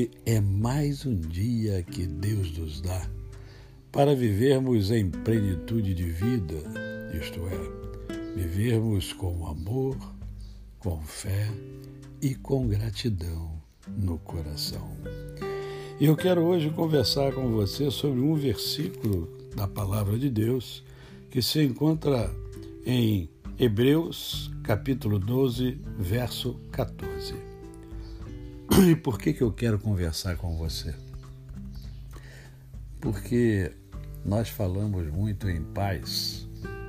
Hoje é mais um dia que Deus nos dá para vivermos em plenitude de vida, isto é, vivermos com amor, com fé e com gratidão no coração. E eu quero hoje conversar com você sobre um versículo da Palavra de Deus que se encontra em Hebreus, capítulo 12, verso 14. E por que eu quero conversar com você? Porque nós falamos muito em paz,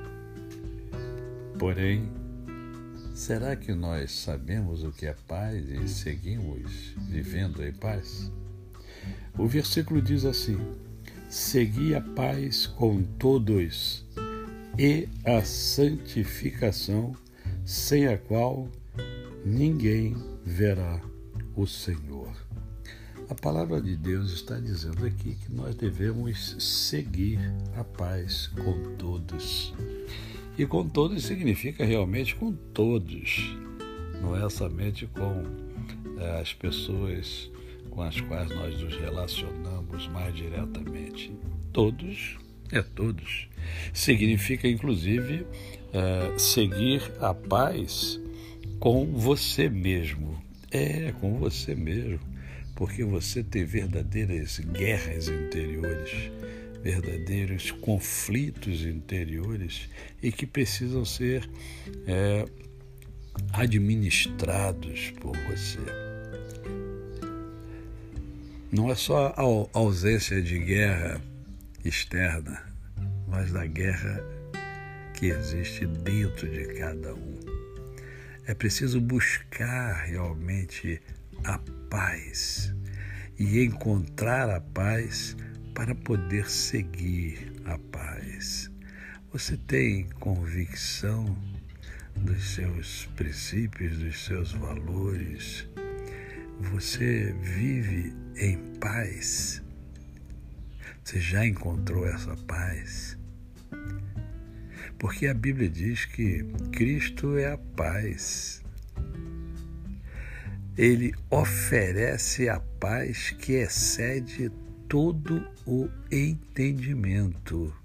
porém, será que nós sabemos o que é paz e seguimos vivendo em paz? O versículo diz assim: segui a paz com todos e a santificação, sem a qual ninguém verá o Senhor. A palavra de Deus está dizendo aqui que nós devemos seguir a paz com todos. E com todos significa realmente com todos, não é somente com as pessoas com as quais nós nos relacionamos mais diretamente. Todos é todos. Significa, inclusive, seguir a paz com você mesmo. Com você mesmo, porque você tem verdadeiras guerras interiores, verdadeiros conflitos interiores e que precisam ser administrados por você. Não é só a ausência de guerra externa, mas da guerra que existe dentro de cada um. É preciso buscar realmente a paz e encontrar a paz para poder seguir a paz. Você tem convicção dos seus princípios, dos seus valores? Você vive em paz? Você já encontrou essa paz? Porque a Bíblia diz que Cristo é a paz. Ele oferece a paz que excede todo o entendimento.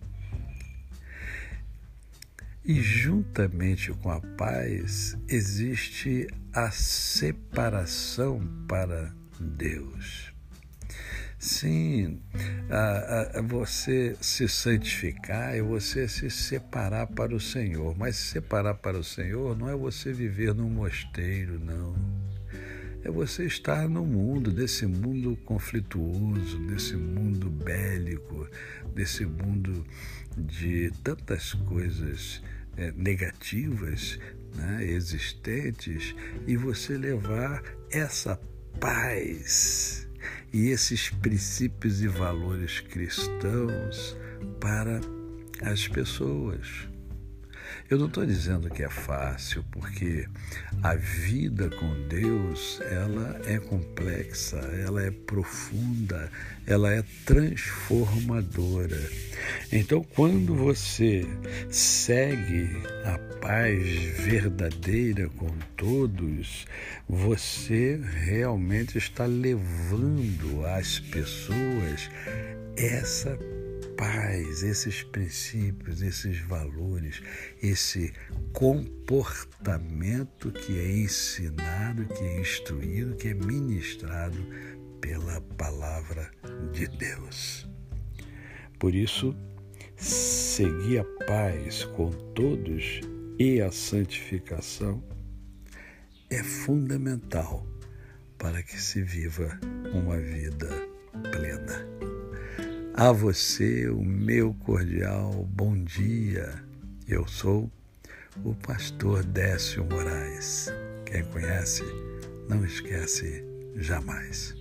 E juntamente com a paz existe a separação para Deus. Sim, você se santificar é você se separar para o Senhor. Mas se separar para o Senhor não é você viver num mosteiro, não. É você estar no mundo, desse mundo conflituoso, desse mundo bélico, desse mundo de tantas coisas negativas, né, existentes, e você levar essa paz e esses princípios e valores cristãos para as pessoas. Eu não estou dizendo que é fácil, porque a vida com Deus, ela é complexa, ela é profunda, ela é transformadora. Então, quando você segue a paz verdadeira com todos, você realmente está levando às pessoas essa paz, esses princípios, esses valores, esse comportamento que é ensinado, que é instruído, que é ministrado pela palavra de Deus. Por isso, seguir a paz com todos e a santificação é fundamental para que se viva uma vida plena. A você, o meu cordial bom dia. Eu sou o pastor Décio Moraes. Quem conhece, não esquece jamais.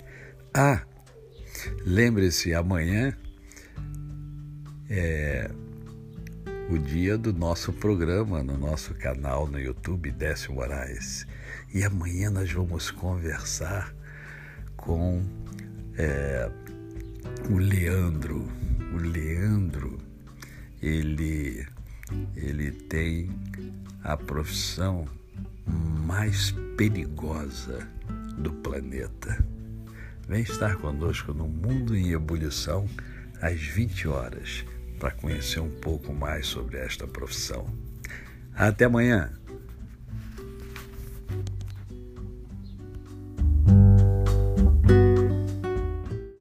Lembre-se, amanhã é o dia do nosso programa no nosso canal no YouTube, Décio Moraes. E amanhã nós vamos conversar com o Leandro. O Leandro, ele tem a profissão mais perigosa do planeta. Vem estar conosco no Mundo em Ebulição às 20 horas para conhecer um pouco mais sobre esta profissão. Até amanhã!